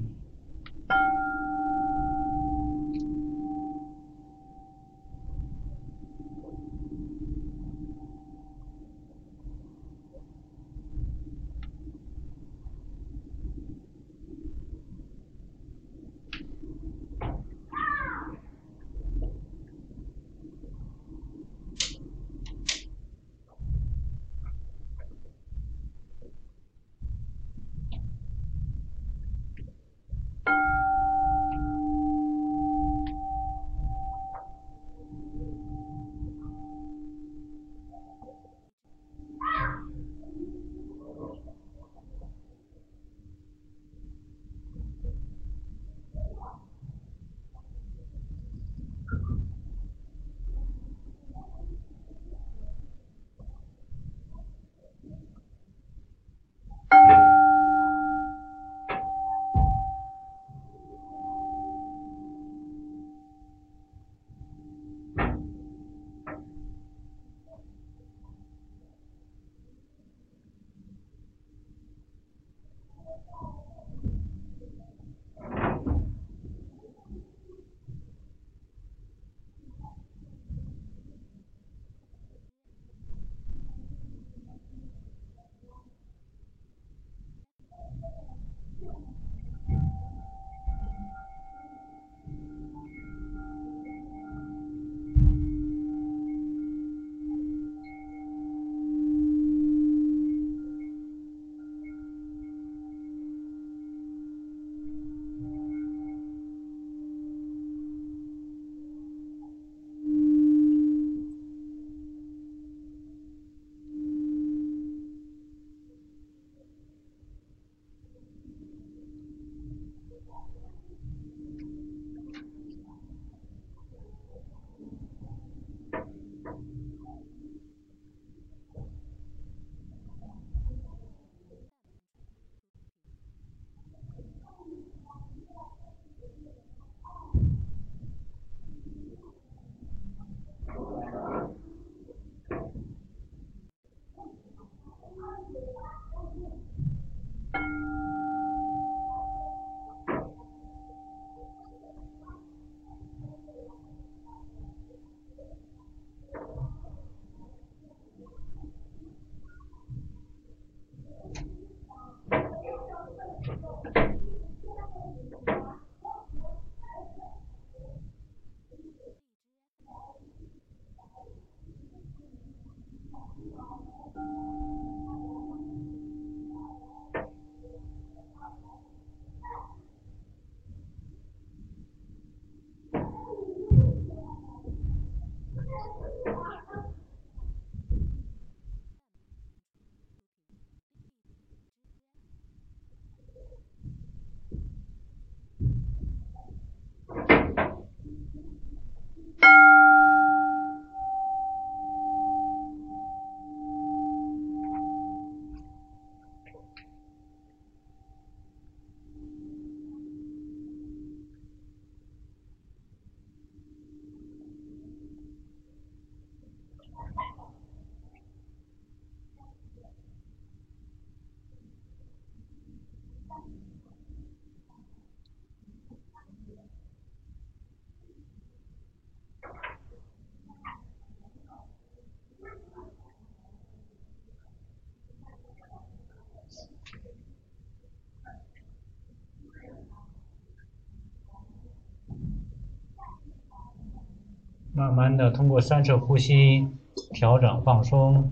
慢慢的通过三次呼吸调整放松。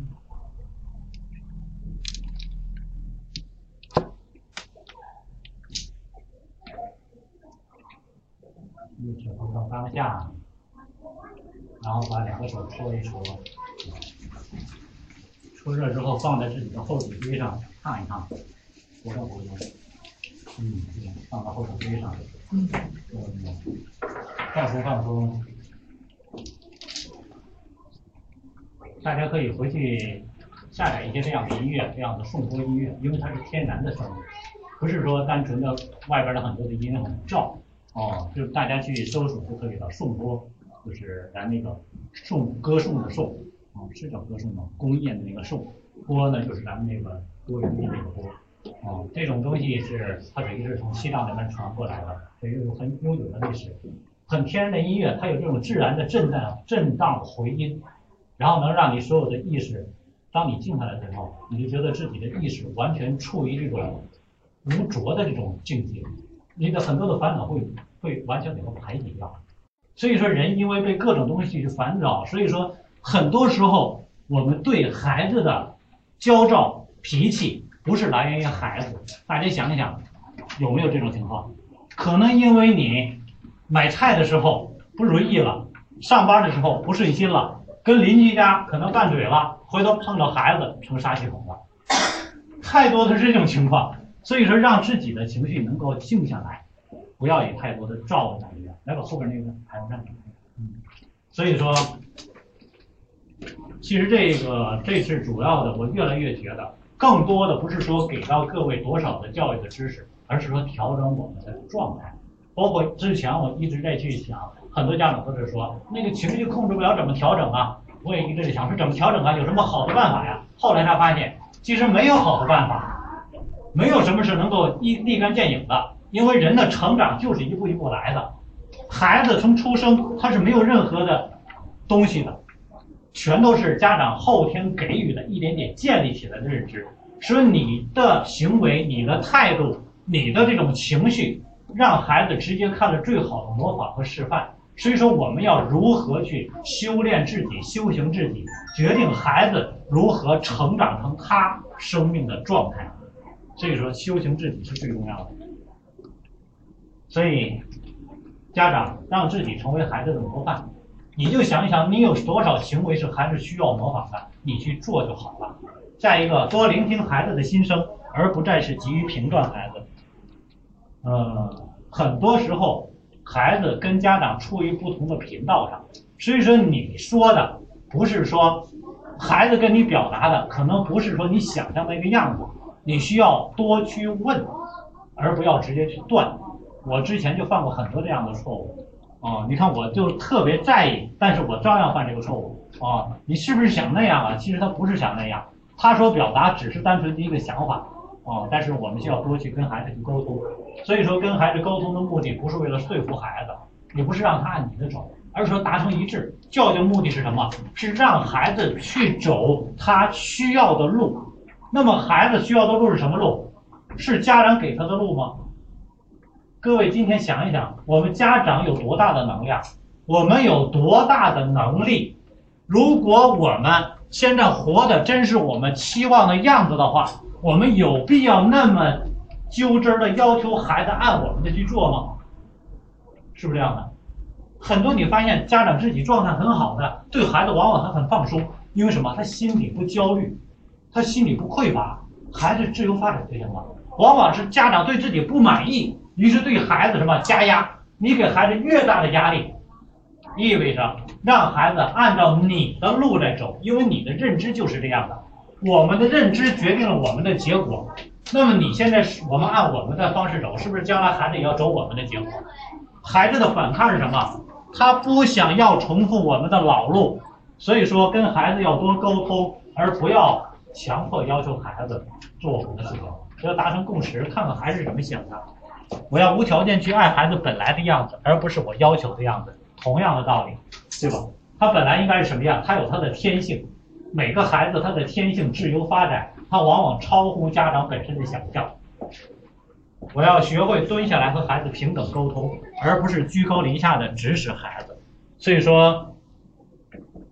一直回到当下，然后把两个手搓一搓，搓热之后放在自己的后颈椎上烫一烫，活动活动。嗯，对，放到后颈椎上。嗯，嗯，放松放松。大家可以回去下载一些这样的音乐，这样的颂钵音乐，因为它是天然的声音，不是说单纯的外边的很多的音很噪。哦，就是大家去搜索就可以了。颂钵就是咱那个颂歌颂的颂，哦，是叫歌颂吗？宫宴的那个颂，钵呢就是咱们那个多云的那个钵。哦，这种东西是它等于是从西藏那边传过来的，所以有很悠久的历史，很天然的音乐，它有这种自然的震荡震荡回音，然后能让你所有的意识，当你静下来之后，你就觉得自己的意识完全处于这种无着的这种境界。你的很多的烦恼会会完全给它排解掉，所以说人因为被各种东西去烦扰，所以说很多时候我们对孩子的焦躁脾气不是来源于孩子，大家想一想有没有这种情况？可能因为你买菜的时候不如意了，上班的时候不顺心了，跟邻居家可能拌嘴了，回头碰到孩子成杀气筒了，太多的是这种情况。所以说，让自己的情绪能够静下来，不要有太多的躁动在里面。来把后边那个还有站起来。嗯，所以说，其实这个这次主要的，我越来越觉得，更多的不是说给到各位多少的教育的知识，而是说调整我们的状态。包括之前我一直在去想，很多家长都是说，那个情绪控制不了，怎么调整啊？我也一直在想，说怎么调整啊？有什么好的办法呀？后来才发现，其实没有好的办法。没有什么是能够一立竿见影的，因为人的成长就是一步一步来的。孩子从出生他是没有任何的东西的，全都是家长后天给予的一点点建立起来的认知。所以你的行为、你的态度、你的这种情绪，让孩子直接看了最好的模仿和示范。所以说，我们要如何去修炼自己、修行自己，决定孩子如何成长成他生命的状态。所以说，修行自己是最重要的。所以，家长让自己成为孩子的模范，你就想一想，你有多少行为是孩子需要模仿的，你去做就好了。再一个，多聆听孩子的心声，而不再是急于评断孩子。呃，很多时候，孩子跟家长处于不同的频道上，所以说你说的不是说孩子跟你表达的，可能不是说你想象那个样子。你需要多去问，而不要直接去断。我之前就犯过很多这样的错误，哦，你看我就特别在意，但是我照样犯这个错误。哦，你是不是想那样啊？其实他不是想那样，他所表达只是单纯的一个想法。哦，但是我们需要多去跟孩子去沟通。所以说，跟孩子沟通的目的不是为了说服孩子，也不是让他按你的走，而是说达成一致。教育的目的是什么？是让孩子去走他需要的路。那么孩子需要的路是什么路？是家长给他的路吗？各位今天想一想，我们家长有多大的能量？我们有多大的能力？如果我们现在活的真是我们期望的样子的话，我们有必要那么揪真的要求孩子按我们的去做吗？是不是这样的？很多你发现家长自己状态很好的，对孩子往往他很放松，因为什么？他心里不焦虑，他心里不匮乏，孩子自由发展就行了。往往是家长对自己不满意，于是对孩子什么加压，你给孩子越大的压力，意味着让孩子按照你的路在走，因为你的认知就是这样的。我们的认知决定了我们的结果。那么你现在我们按我们的方式走，是不是将来孩子也要走我们的结果？孩子的反抗是什么？他不想要重复我们的老路，所以说跟孩子要多沟通，而不要强迫要求孩子做我们的事情，要达成共识，看看孩子是怎么想的。我要无条件去爱孩子本来的样子，而不是我要求的样子。同样的道理，对吧？他本来应该是什么样？他有他的天性。每个孩子他的天性自由发展，他往往超乎家长本身的想象。我要学会蹲下来和孩子平等沟通，而不是居高临下的指使孩子。所以说，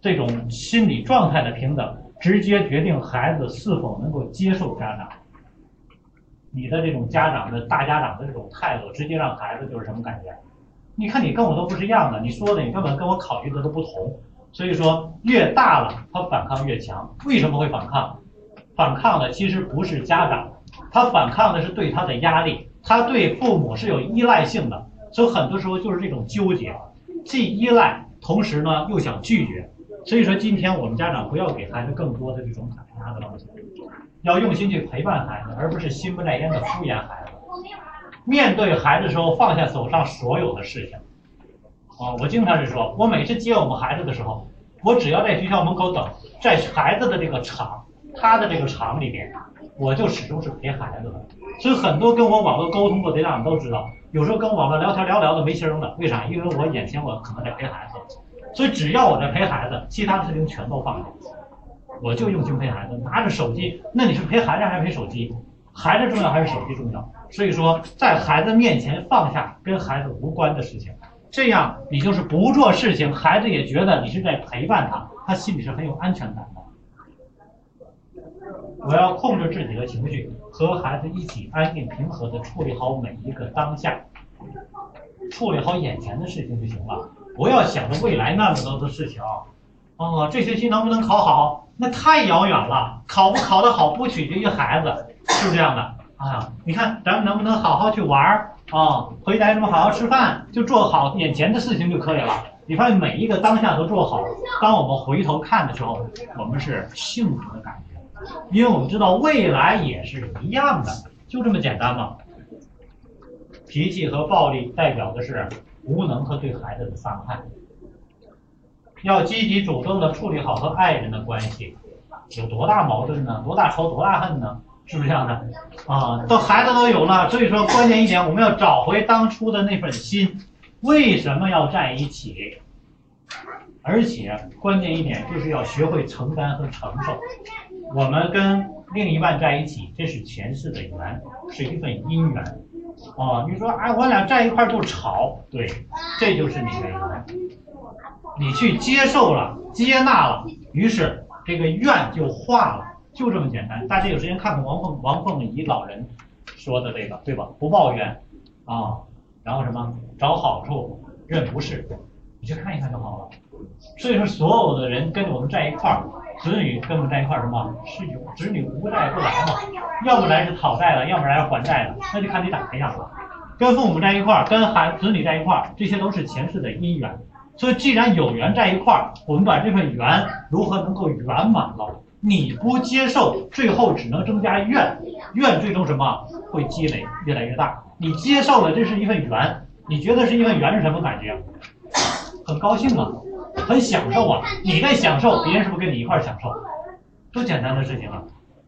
这种心理状态的平等，直接决定孩子是否能够接受家长。你的这种家长的大家长的这种态度，直接让孩子就是什么感觉？你看你跟我都不是一样的，你说的你根本跟我考虑的都不同。所以说越大了，他反抗越强。为什么会反抗？反抗的其实不是家长，他反抗的是对他的压力，他对父母是有依赖性的，所以很多时候就是这种纠结，既依赖，同时呢又想拒绝。所以说今天我们家长不要给孩子更多的这种打压的东西，要用心去陪伴孩子，而不是心不在焉的敷衍孩子。面对孩子的时候，放下手上所有的事情。啊，我经常是说，我每次接我们孩子的时候，我只要在学校门口等，在孩子的这个场，他的这个场里面，我就始终是陪孩子的。所以很多跟我网络沟通过的家长都知道，有时候跟我网络聊天聊聊的没声了，为啥？因为我眼前我可能在陪孩子，所以只要我在陪孩子，其他的事情全都放下，我就用心陪孩子。拿着手机，那你是陪孩子还是陪手机？孩子重要还是手机重要？所以说，在孩子面前放下跟孩子无关的事情。这样你就是不做事情，孩子也觉得你是在陪伴他，他心里是很有安全感的。我要控制自己的情绪，和孩子一起安定平和的处理好每一个当下，处理好眼前的事情就行了，不要想着未来那么多的事情。哦，这学期能不能考好，那太遥远了，考不考得好不取决于孩子，是不是这样的啊？你看咱们能不能好好去玩啊，回来什么好好吃饭，就做好眼前的事情就可以了。你发现每一个当下都做好，当我们回头看的时候，我们是幸福的感觉，因为我们知道未来也是一样的，就这么简单嘛。脾气和暴力代表的是无能和对孩子的伤害。要积极主动的处理好和爱人的关系，有多大矛盾呢？多大仇多大恨呢？是不是这样的啊？都孩子都有了，所以说关键一点，我们要找回当初的那份心。为什么要在一起？而且关键一点就是要学会承担和承受。我们跟另一半在一起，这是前世的缘，是一份姻缘。啊，你说哎，我俩在一块就吵，对，这就是你的缘。你去接受了，接纳了，于是这个愿就化了。就这么简单，大家有时间看看王凤王凤仪老人说的这个，对吧？不抱怨啊，然后什么找好处，认不是，你去看一看就好了。所以说，所有的人跟我们在一块儿，子女跟我们在一块儿什么？是有子女无债不来嘛？要不来是讨债的，要不来是还债的，那就看你咋培养了。跟父母在一块儿，跟孩子女在一块儿，这些都是前世的因缘。所以，既然有缘在一块儿，我们把这份缘如何能够圆满了？你不接受，最后只能增加怨，怨最终什么会积累越来越大。你接受了，这是一份缘，你觉得是一份缘是什么感觉？很高兴啊，很享受啊。你在享受，别人是不是跟你一块享受？多简单的事情啊！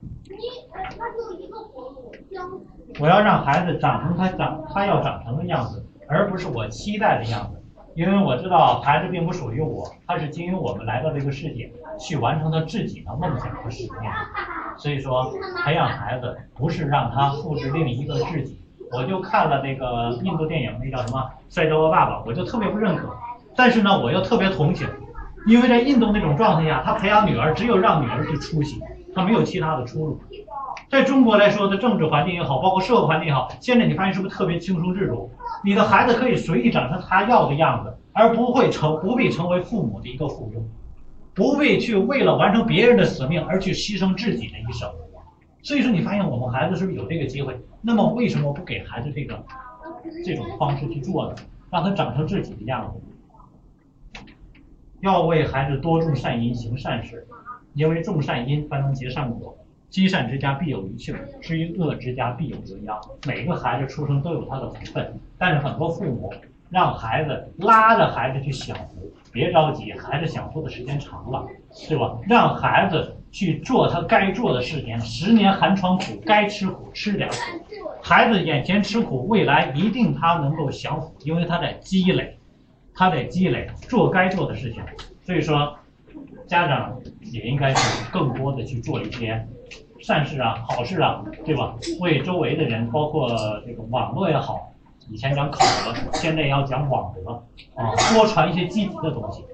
我要让孩子长成他长他要长成的样子，而不是我期待的样子。因为我知道孩子并不属于我，他是经由我们来到这个世界，去完成他自己的梦想和使命。所以说，培养孩子不是让他复制另一个自己。我就看了那个印度电影，那叫什么《摔跤吧爸爸》，我就特别不认可。但是呢，我又特别同情，因为在印度那种状态下，他培养女儿只有让女儿去出息，他没有其他的出路。在中国来说的政治环境也好，包括社会环境也好，现在你发现是不是特别轻松自如？你的孩子可以随意长成他要的样子，而不会成不必成为父母的一个附庸，不必去为了完成别人的使命而去牺牲自己的一生。所以说，你发现我们孩子是不是有这个机会？那么为什么不给孩子这个这种方式去做呢？让他长成自己的样子。要为孩子多种善因，行善事，因为种善因方能结善果。积善之家必有余庆，至于恶之家必有余殃。每个孩子出生都有他的福分，但是很多父母让孩子拉着孩子去享福，别着急，孩子享福的时间长了，对吧？让孩子去做他该做的事情，十年寒窗苦，该吃苦吃点苦。孩子眼前吃苦，未来一定他能够享福，因为他在积累，他在积累做该做的事情。所以说，家长也应该是更多的去做一些善事啊、好事啊，对吧？为周围的人，包括这个网络也好，以前讲考德，现在要讲网德啊，多传一些积极的东西。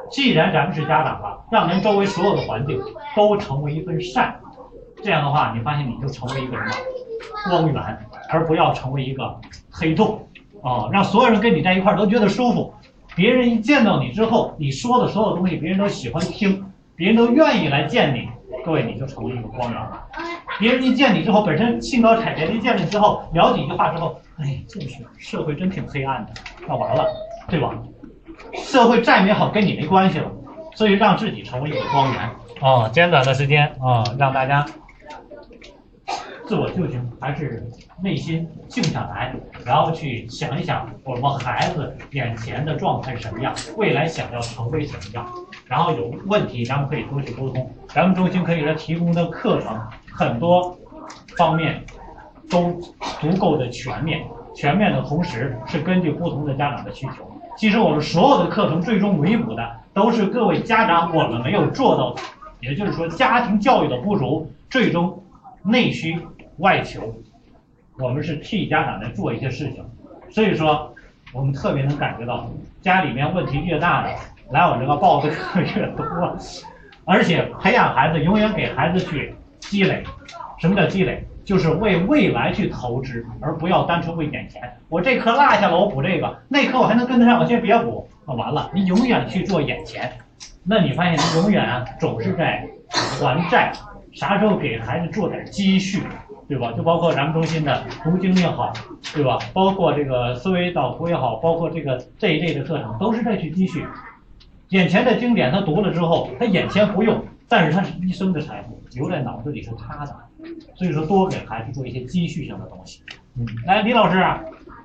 既然咱们是家长了，让咱周围所有的环境都成为一份善，这样的话，你发现你就成为一个什么光源，而不要成为一个黑洞啊！让所有人跟你在一块儿都觉得舒服。别人一见到你之后，你说的所有东西，别人都喜欢听，别人都愿意来见你。各位，你就成为一个光源了。别人一见你之后，本身兴高采烈，一见你之后，聊几句话之后，哎，就是社会真挺黑暗的，那完了，对吧？社会再美好跟你没关系了，所以让自己成为一个光源啊！简短的时间啊，让大家自我修行，还是内心静下来，然后去想一想我们孩子眼前的状态是什么样，未来想要成为什么样，然后有问题咱们可以多去沟通。咱们中心可以来提供的课程很多方面都足够的全面，全面的同时是根据不同的家长的需求。其实我们所有的课程最终弥补的都是各位家长我们没有做到的，也就是说家庭教育的不足，最终内需外求，我们是替家长来做一些事情。所以说我们特别能感觉到家里面问题越大的来我这个报的课越多，而且培养孩子永远给孩子去积累。什么叫积累？就是为未来去投资，而不要单纯为眼前。我这科落下了，我补这个，那科我还能跟得上，我先别补。那完了，你永远去做眼前，那你发现你永远啊总是在还债。啥时候给孩子做点积蓄，对吧？就包括咱们中心的读经也好，对吧？包括这个思维导图也好，包括这个这一类的课程，都是在去积蓄。眼前的经典他读了之后，他眼前不用，但是他是一生的财富，留在脑子里是他的。所以说多给孩子做一些积蓄性的东西。嗯，来，李老师啊，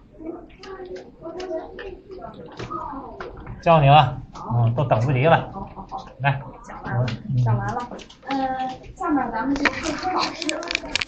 叫你了，嗯，都等不及了。 好好好， 来， 讲完了，讲完了。呃，下面咱们就会说老师。